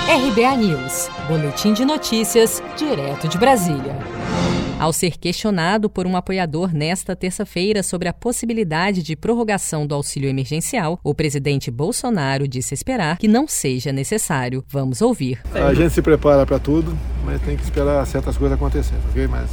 RBA News, boletim de notícias, direto de Brasília. Ao ser questionado por um apoiador nesta terça-feira sobre a possibilidade de prorrogação do auxílio emergencial, o presidente Bolsonaro disse esperar que não seja necessário. Vamos ouvir. A gente se prepara para tudo, mas tem que esperar certas coisas acontecerem, ok? Mas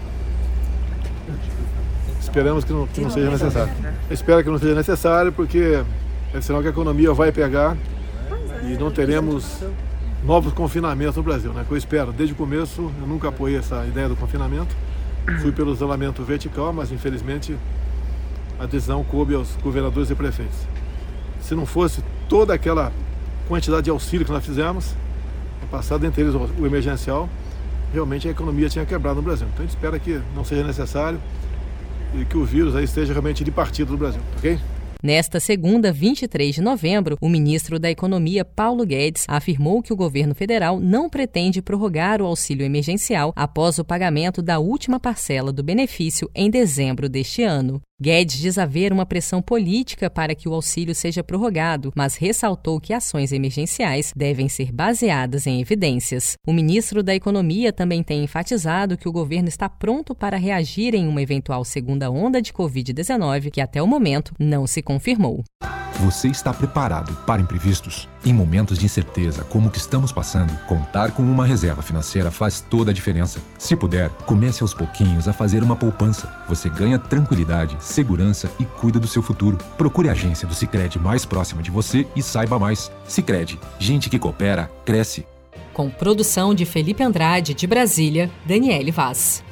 esperamos que não seja necessário. Eu espero que não seja necessário porque é sinal que a economia vai pegar e não teremos novos confinamentos no Brasil, né? Que eu espero. Desde o começo, eu nunca apoiei essa ideia do confinamento. Fui pelo isolamento vertical, mas infelizmente a decisão coube aos governadores e prefeitos. Se não fosse toda aquela quantidade de auxílio que nós fizemos, no passado, entre eles o emergencial, realmente a economia tinha quebrado no Brasil. Então a gente espera que não seja necessário e que o vírus aí esteja realmente de partido no Brasil, ok? Nesta segunda, 23 de novembro, o ministro da Economia, Paulo Guedes, afirmou que o governo federal não pretende prorrogar o auxílio emergencial após o pagamento da última parcela do benefício em dezembro deste ano. Guedes diz haver uma pressão política para que o auxílio seja prorrogado, mas ressaltou que ações emergenciais devem ser baseadas em evidências. O ministro da Economia também tem enfatizado que o governo está pronto para reagir em uma eventual segunda onda de Covid-19, que até o momento não se confirmou. Você está preparado para imprevistos? Em momentos de incerteza como o que estamos passando, contar com uma reserva financeira faz toda a diferença. Se puder, comece aos pouquinhos a fazer uma poupança. Você ganha tranquilidade, segurança e cuida do seu futuro. Procure a agência do Sicredi mais próxima de você e saiba mais. Sicredi, gente que coopera, cresce. Com produção de Felipe Andrade, de Brasília, Daniele Vaz.